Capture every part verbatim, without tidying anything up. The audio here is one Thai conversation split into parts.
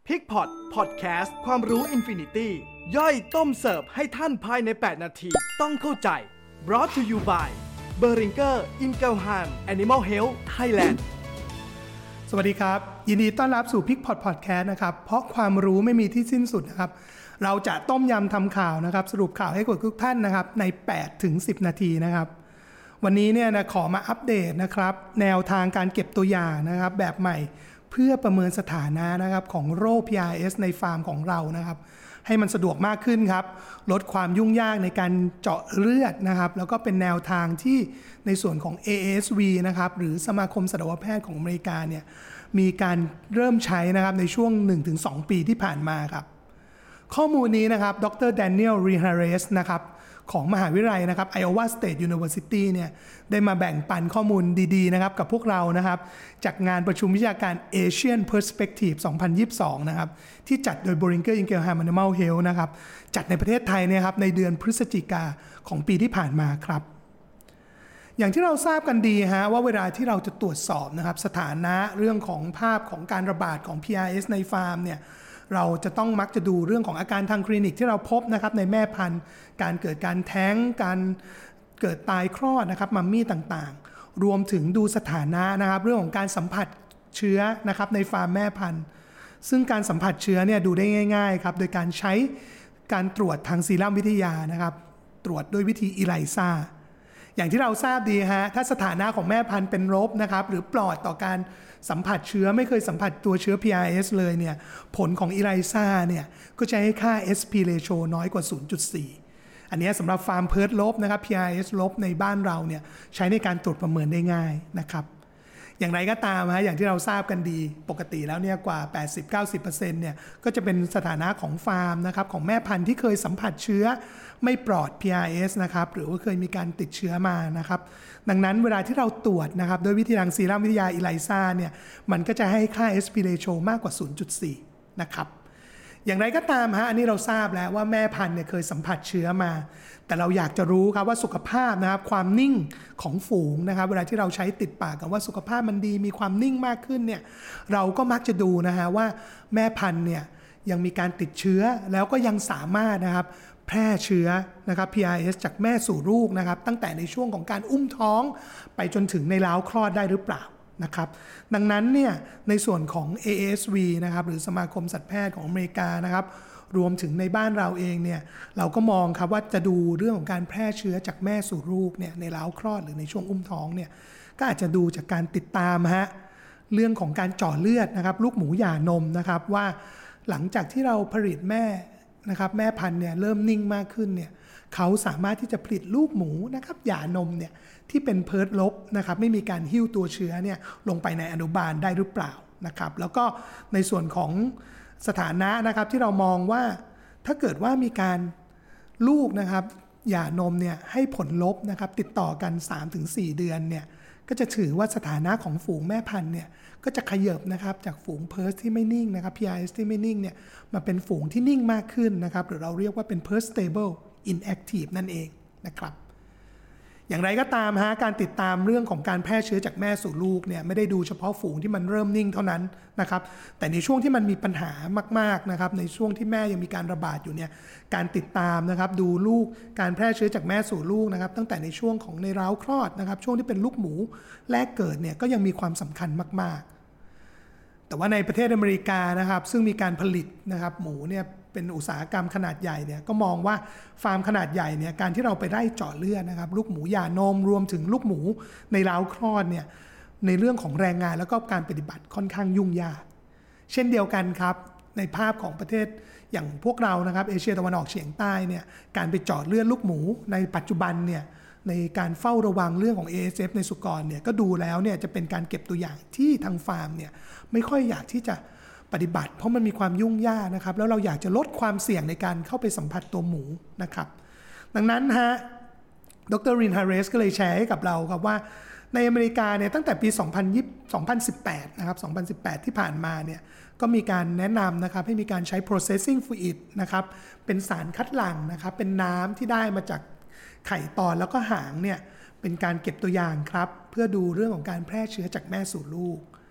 พิกพอตพอดแคสต์ความรู้อินฟินิตี้ย่อยต้มเสิร์ฟให้ท่านภายในแปดนาทีต้องเข้าใจ brought to you by Boehringer Ingelheim Animal Health Thailand สวัสดีครับยินดีต้อนรับสู่พิกพอตพอดแคสต์นะครับเพราะความรู้ไม่มีที่สิ้นสุดนะครับเราจะต้มยำทำข่าวนะครับสรุปข่าวให้กับทุกท่านนะครับในแปดถึงสิบนาทีนะครับวันนี้เนี่ยนะขอมาอัปเดตนะครับแนวทางการเก็บตัวอย่างนะครับแบบใหม่เพื่อประเมินสถานะนะครับของโรค พี อาร์ เอส ในฟาร์มของเรานะครับให้มันสะดวกมากขึ้นครับลดความยุ่งยากในการเจาะเลือดนะครับแล้วก็เป็นแนวทางที่ในส่วนของ เอ เอส วี นะครับหรือสมาคมสัตวแพทย์ของอเมริกาเนี่ยมีการเริ่มใช้นะครับในช่วง หนึ่งถึงสอง ปีที่ผ่านมาครับข้อมูลนี้นะครับดร. Daniel Rehares นะครับของมหาวิทยาลัยนะครับ Iowa State University เนี่ยได้มาแบ่งปันข้อมูลดีๆนะครับกับพวกเรานะครับจากงานประชุมวิชาการ Asian Perspective สองพันยี่สิบสองนะครับที่จัดโดย Boehringer Ingelheim Animal Health นะครับจัดในประเทศไทยเนี่ยครับในเดือนพฤศจิกาของปีที่ผ่านมาครับอย่างที่เราทราบกันดีฮะว่าเวลาที่เราจะตรวจสอบนะครับสถานะเรื่องของภาพของการระบาดของ พี อาร์ เอส ในฟาร์มเนี่ยเราจะต้องมักจะดูเรื่องของอาการทางคลินิกที่เราพบนะครับในแม่พันธุ์การเกิดการแท้งการเกิดตายคลอดนะครับมัมมี่ต่างๆรวมถึงดูสถานะนะครับเรื่องของการสัมผัสเชื้อนะครับในฟาร์มแม่พันธุ์ซึ่งการสัมผัสเชื้อเนี่ยดูได้ง่ายๆครับโดยการใช้การตรวจทางซีรัมวิทยานะครับตรวจด้วยวิธีอีไลซ่าอย่างที่เราทราบดีฮะถ้าสถานะของแม่พันธุ์เป็นลบนะครับหรือปลอดต่อการสัมผัสเชื้อไม่เคยสัมผัสตัวเชื้อ พี อาร์ เอส เลยเนี่ยผลของอีไลซ่าเนี่ยก็จะให้ค่า เอส พี ratio น้อยกว่า ศูนย์จุดสี่ อันนี้สำหรับฟาร์มเพิร์ทลบนะครับ พี อาร์ เอส ลบในบ้านเราเนี่ยใช้ในการตรวจประเมินได้ง่ายนะครับอย่างไรก็ตามฮะอย่างที่เราทราบกันดีปกติแล้วเนี่ยกว่า แปดสิบถึงเก้าสิบเปอร์เซ็นต์ เนี่ยก็จะเป็นสถานะของฟาร์มนะครับของแม่พันธุ์ที่เคยสัมผัสเชื้อไม่ปลอด พี อาร์ เอส นะครับหรือว่าเคยมีการติดเชื้อมานะครับดังนั้นเวลาที่เราตรวจนะครับโดยวิธีทางซีรัมวิทยาอีไลซ่าเนี่ยมันก็จะให้ค่า เอส พี ratio มากกว่า ศูนย์จุดสี่ นะครับอย่างไรก็ตามฮะอันนี้เราทราบแล้วว่าแม่พันธุ์เนี่ยเคยสัมผัสเชื้อมาแต่เราอยากจะรู้ครับว่าสุขภาพนะครับความนิ่งของฝูงนะครับเวลาที่เราใช้ติดปากกันว่าสุขภาพมันดีมีความนิ่งมากขึ้นเนี่ยเราก็มักจะดูนะฮะว่าแม่พันธุ์เนี่ยยังมีการติดเชื้อแล้วก็ยังสามารถนะครับแพร่เชื้อนะครับ พี อาร์ เอส จากแม่สู่ลูกนะครับตั้งแต่ในช่วงของการอุ้มท้องไปจนถึงในเล้าคลอดได้หรือเปล่านะครับดังนั้นเนี่ยในส่วนของ เอ เอส วี นะครับหรือสมาคมสัตวแพทย์ของอเมริกานะครับรวมถึงในบ้านเราเองเนี่ยเราก็มองครับว่าจะดูเรื่องของการแพร่เชื้อจากแม่สู่ลูกเนี่ยในเล้าคลอดหรือในช่วงอุ้มท้องเนี่ยก็อาจจะดูจากการติดตามฮะเรื่องของการเจาะเลือดนะครับลูกหมูหย่านมนะครับว่าหลังจากที่เราผลิตแม่นะครับแม่พันธุ์เนี่ยเริ่มนิ่งมากขึ้นเนี่ยเขาสามารถที่จะผลิตลูกหมูนะครับหย่านมเนี่ยที่เป็นเพิร์ทลบนะครับไม่มีการหิ้วตัวเชื้อเนี่ยลงไปในอนุบาลได้หรือเปล่านะครับแล้วก็ในส่วนของสถานะนะครับที่เรามองว่าถ้าเกิดว่ามีการลูกนะครับหย่านมเนี่ยให้ผลลบนะครับติดต่อกัน สามถึงสี่ เดือนเนี่ยก็จะถือว่าสถานะของฝูงแม่พันธุ์เนี่ยก็จะขยับนะครับจากฝูงเพิร์ทที่ไม่นิ่งนะครับ พี อาร์ เอส ที่ไม่นิ่งเนี่ยมาเป็นฝูงที่นิ่งมากขึ้นนะครับหรือเราเรียกว่าเป็น Perth stable inactive นั่นเองนะครับอย่างไรก็ตามฮะการติดตามเรื่องของการแพร่เชื้อจากแม่สู่ลูกเนี่ยไม่ได้ดูเฉพาะฝูงที่มันเริ่มนิ่งเท่านั้นนะครับแต่ในช่วงที่มันมีปัญหามากๆนะครับในช่วงที่แม่ยังมีการระบาดอยู่เนี่ยการติดตามนะครับดูลูกการแพร่เชื้อจากแม่สู่ลูกนะครับตั้งแต่ในช่วงของในเล้าคลอดนะครับช่วงที่เป็นลูกหมูแรกเกิดเนี่ยก็ยังมีความสำคัญมากๆแต่ว่าในประเทศอเมริกานะครับซึ่งมีการผลิตนะครับหมูเนี่ยเป็นอุตสาหกรรมขนาดใหญ่เนี่ยก็มองว่าฟาร์มขนาดใหญ่เนี่ยการที่เราไปไล่เจาะเลือดนะครับลูกหมูหย่านมรวมถึงลูกหมูในเล้าคลอดเนี่ยในเรื่องของแรงงานแล้วก็การปฏิบัติค่อนข้างยุ่งยากเช่นเดียวกันครับในภาพของประเทศอย่างพวกเรานะครับเอเชียตะวันออกเฉียงใต้เนี่ยการไปเจาะเลือดลูกหมูในปัจจุบันเนี่ยในการเฝ้าระวังเรื่องของ เอ เอส เอฟ ในสุกรเนี่ยก็ดูแล้วเนี่ยจะเป็นการเก็บตัวอย่างที่ทางฟาร์มเนี่ยไม่ค่อยอยากที่จะปฏิบัติเพราะมันมีความยุ่งยากนะครับแล้วเราอยากจะลดความเสี่ยงในการเข้าไปสัมผัสตัวหมูนะครับดังนั้นฮะดร. Rehares ก็เลยแชร์ให้กับเราครับว่าในอเมริกาเนี่ยตั้งแต่ปีสองพันยี่สิบ สองพันสิบแปดนะครับสองพันสิบแปดที่ผ่านมาเนี่ยก็มีการแนะนำนะครับให้มีการใช้ processing fluid นะครับเป็นสารคัดหลั่งนะครับเป็นน้ำที่ได้มาจากไข่ตอนแล้วก็หางเนี่ยเป็นการเก็บตัวอย่างครับเพื่อดูเรื่องของการแพร่เชื้อจากแม่สู่ลูก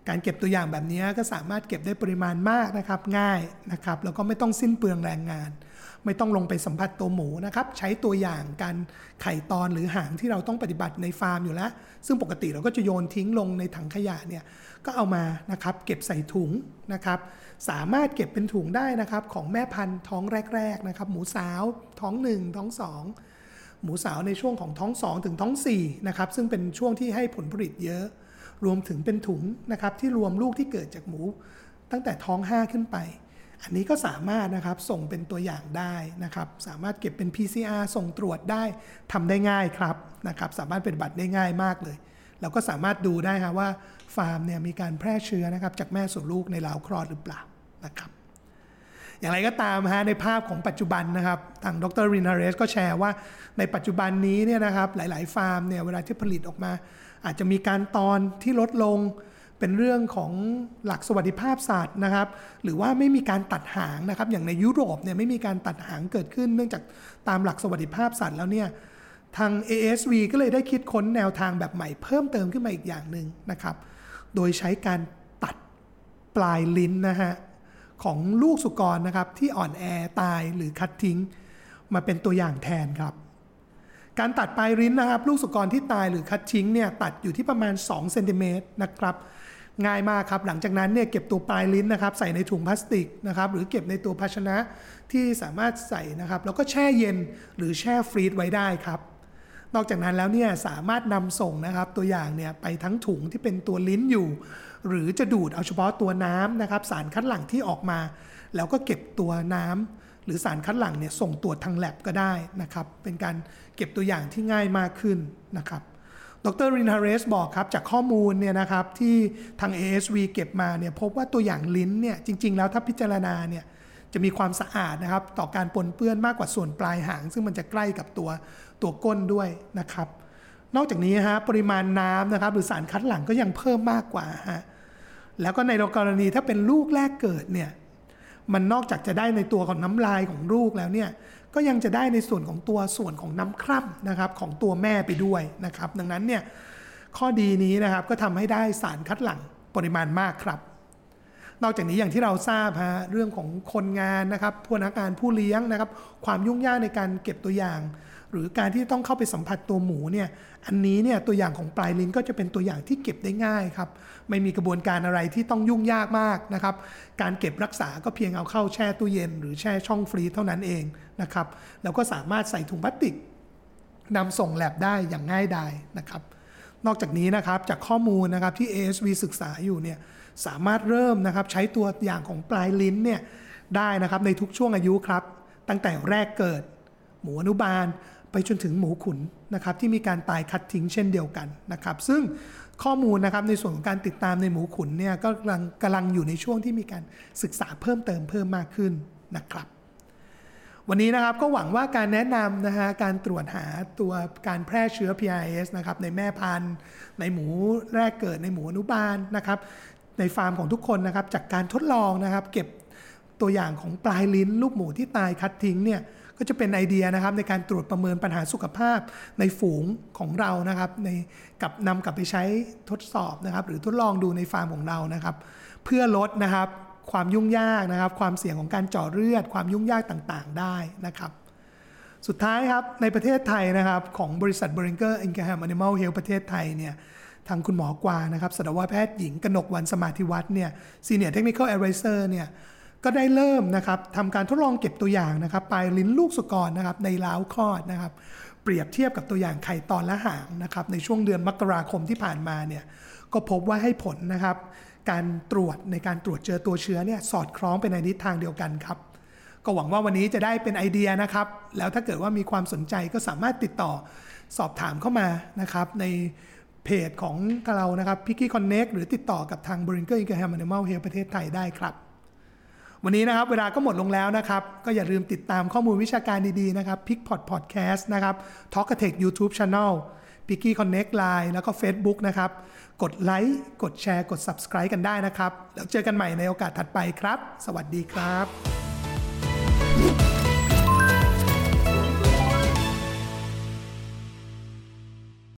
การเก็บตัวอย่างแบบนี้ก็สามารถเก็บได้ปริมาณมากนะครับง่ายนะครับแล้วก็ไม่ต้องสิ้นเปลืองแรงงานไม่ต้องลงไปสัมผัสตัวหมูนะครับใช้ตัวอย่างการไข่ตอนหรือหางที่เราต้องปฏิบัติในฟาร์มอยู่แล้วซึ่งปกติเราก็จะโยนทิ้งลงในถังขยะเนี่ยก็เอามานะครับเก็บใส่ถุงนะครับสามารถเก็บเป็นถุงได้นะครับของแม่พันธุ์ท้องแรกๆนะครับหมูสาวท้องหนึ่งท้องสองหมูสาวในช่วงของท้องสองถึงท้องสี่นะครับซึ่งเป็นช่วงที่ให้ผลผลิตเยอะรวมถึงเป็นถุงนะครับที่รวมลูกที่เกิดจากหมูตั้งแต่ท้องห้าขึ้นไปอันนี้ก็สามารถนะครับส่งเป็นตัวอย่างได้นะครับสามารถเก็บเป็น พี ซี อาร์ ส่งตรวจได้ทำได้ง่ายครับนะครับสามารถปฏิบัติได้ง่ายมากเลยแล้วก็สามารถดูได้ครับว่าฟาร์มเนี่ยมีการแพร่เชื้อนะครับจากแม่สู่ลูกในเล้าคลอดหรือเปล่านะครับอย่างไรก็ตามฮะในภาพของปัจจุบันนะครับทางดรรินาเรสก็แชร์ว่าในปัจจุบันนี้เนี่ยนะครับหลายๆฟาร์มเนี่ยเวลาที่ผลิตออกมาอาจจะมีการตอนที่ลดลงเป็นเรื่องของหลักสวัสดิภาพสัตว์นะครับหรือว่าไม่มีการตัดหางนะครับอย่างในยุโรปเนี่ยไม่มีการตัดหางเกิดขึ้นเนื่องจากตามหลักสวัสดิภาพสัตว์แล้วเนี่ยทาง เอ เอส วี ก็เลยได้คิดค้นแนวทางแบบใหม่เพิ่มเติมขึ้นมาอีกอย่างหนึ่งนะครับโดยใช้การตัดปลายลิ้นนะฮะของลูกสุกรนะครับที่อ่อนแอตายหรือคัดทิ้งมาเป็นตัวอย่างแทนครับการตัดปลายลิ้นนะครับลูกสุกรที่ตายหรือคัดทิ้งเนี่ยตัดอยู่ที่ประมาณสองเซนติเมตรนะครับง่ายมากครับหลังจากนั้นเนี่ยเก็บตัวปลายลิ้นนะครับใส่ในถุงพลาสติกนะครับหรือเก็บในตัวภาชนะที่สามารถใส่นะครับแล้วก็แช่เย็นหรือแช่ฟรีซไว้ได้ครับนอกจากนั้นแล้วเนี่ยสามารถนำส่งนะครับตัวอย่างเนี่ยไปทั้งถุงที่เป็นตัวลิ้นอยู่หรือจะดูดเอาเฉพาะตัวน้ำนะครับสารคัดหลั่งที่ออกมาแล้วก็เก็บตัวน้ำหรือสารคัดหลั่งเนี่ยส่งตรวจทางแลบก็ได้นะครับเป็นการเก็บตัวอย่างที่ง่ายมากขึ้นนะครับดรรินฮาเรสบอกครับจากข้อมูลเนี่ยนะครับที่ทาง เอ เอส วี เก็บมาเนี่ยพบว่าตัวอย่างลิ้นเนี่ยจริงๆแล้วถ้าพิจารณาเนี่ยจะมีความสะอาดนะครับต่อการปนเปื้อนมากกว่าส่วนปลายหางซึ่งมันจะใกล้กับตัวตัวก้นด้วยนะครับนอกจากนี้ฮะปริมาณน้ำนะครับหรือสารคัดหลั่งก็ยังเพิ่มมากกว่าฮะแล้วก็ในกรณีถ้าเป็นลูกแรกเกิดเนี่ยมันนอกจากจะได้ในตัวของน้ำลายของลูกแล้วเนี่ยก็ยังจะได้ในส่วนของตัวส่วนของน้ำคร่ำนะครับของตัวแม่ไปด้วยนะครับดังนั้นเนี่ยข้อดีนี้นะครับก็ทำให้ได้สารคัดหลั่งปริมาณมากครับนอกจากนี้อย่างที่เราทราบฮะเรื่องของคนงานนะครับพนักงานผู้เลี้ยงนะครับความยุ่งยากในการเก็บตัวอย่างหรือการที่ต้องเข้าไปสัมผัสตัวหมูเนี่ยอันนี้เนี่ยตัวอย่างของปลายลิ้นก็จะเป็นตัวอย่างที่เก็บได้ง่ายครับไม่มีกระบวนการอะไรที่ต้องยุ่งยากมากนะครับการเก็บรักษาก็เพียงเอาเข้าแช่ตู้เย็นหรือแช่ช่องฟรีซเท่านั้นเองนะครับแล้วก็สามารถใส่ถุงพลาสติกนำส่งแลบได้อย่างง่ายดายนะครับนอกจากนี้นะครับจากข้อมูลนะครับที่ เอ เอส วี ศึกษาอยู่เนี่ยสามารถเริ่มนะครับใช้ตัวอย่างของปลายลิ้นเนี่ยได้นะครับในทุกช่วงอายุครับตั้งแต่แรกเกิดหมูอนุบาลไปจนถึงหมูขุนนะครับที่มีการตายคัดทิ้งเช่นเดียวกันนะครับซึ่งข้อมูลนะครับในส่วนของการติดตามในหมูขุนเนี่ยก็กำลังกำลังอยู่ในช่วงที่มีการศึกษาเพิ่มเติมเพิ่มมากขึ้นนะครับวันนี้นะครับก็หวังว่าการแนะนำนะฮะการตรวจหาตัวการแพร่เชื้อ พี ไอ เอส นะครับในแม่พันธุ์ในหมูแรกเกิดในหมูอนุบาลนะครับในฟาร์มของทุกคนนะครับจากการทดลองนะครับเก็บตัวอย่างของปลายลิ้นลูกหมูที่ตายคัดทิ้งเนี่ยก็จะเป็นไอเดียนะครับในการตรวจประเมินปัญหาสุขภาพในฝูงของเรานะครับในกับนำกลับไปใช้ทดสอบนะครับหรือทดลองดูในฟาร์มของเรานะครับเพื่อลดนะครับความยุ่งยากนะครับความเสี่ยงของการเจาะเลือดความยุ่งยากต่างๆได้นะครับสุดท้ายครับในประเทศไทยนะครับของบริษัท Boehringer Ingelheim Animal Health ประเทศไทยเนี่ยทางคุณหมอกวางนะครับสัตวแพทย์หญิงกนกวรรณสมาธิวัฒน์เนี่ย Senior Technical Advisor เนี่ยก็ได้เริ่มนะครับทำการทดลองเก็บตัวอย่างนะครับปลายลิ้นลูกสุกรนะครับในเล้าคลอดนะครับเปรียบเทียบกับตัวอย่างไข่ตอนและหางนะครับในช่วงเดือนมกราคมที่ผ่านมาเนี่ยก็พบว่าให้ผลนะครับการตรวจในการตรวจเจอตัวเชื้อเนี่ยสอดคล้องไปในทิศทางเดียวกันครับก็หวังว่าวันนี้จะได้เป็นไอเดียนะครับแล้วถ้าเกิดว่ามีความสนใจก็สามารถติดต่อสอบถามเข้ามานะครับในเพจของเรานะครับ Piggy Connect หรือติดต่อกับทาง Boehringer Ingelheim Animal Health ประเทศไทยได้ครับวันนี้นะครับเวลาก็หมดลงแล้วนะครับก็อย่าลืมติดตามข้อมูลวิชาการดีๆนะครับ Pigpod Podcast นะครับ Talkatech YouTube Channel Piggy Connect ไลน์ แล้วก็ Facebook นะครับกดไลค์กดแชร์กด Subscribe กันได้นะครับแล้วเจอกันใหม่ในโอกาสถัดไปครับสวัสดีครับ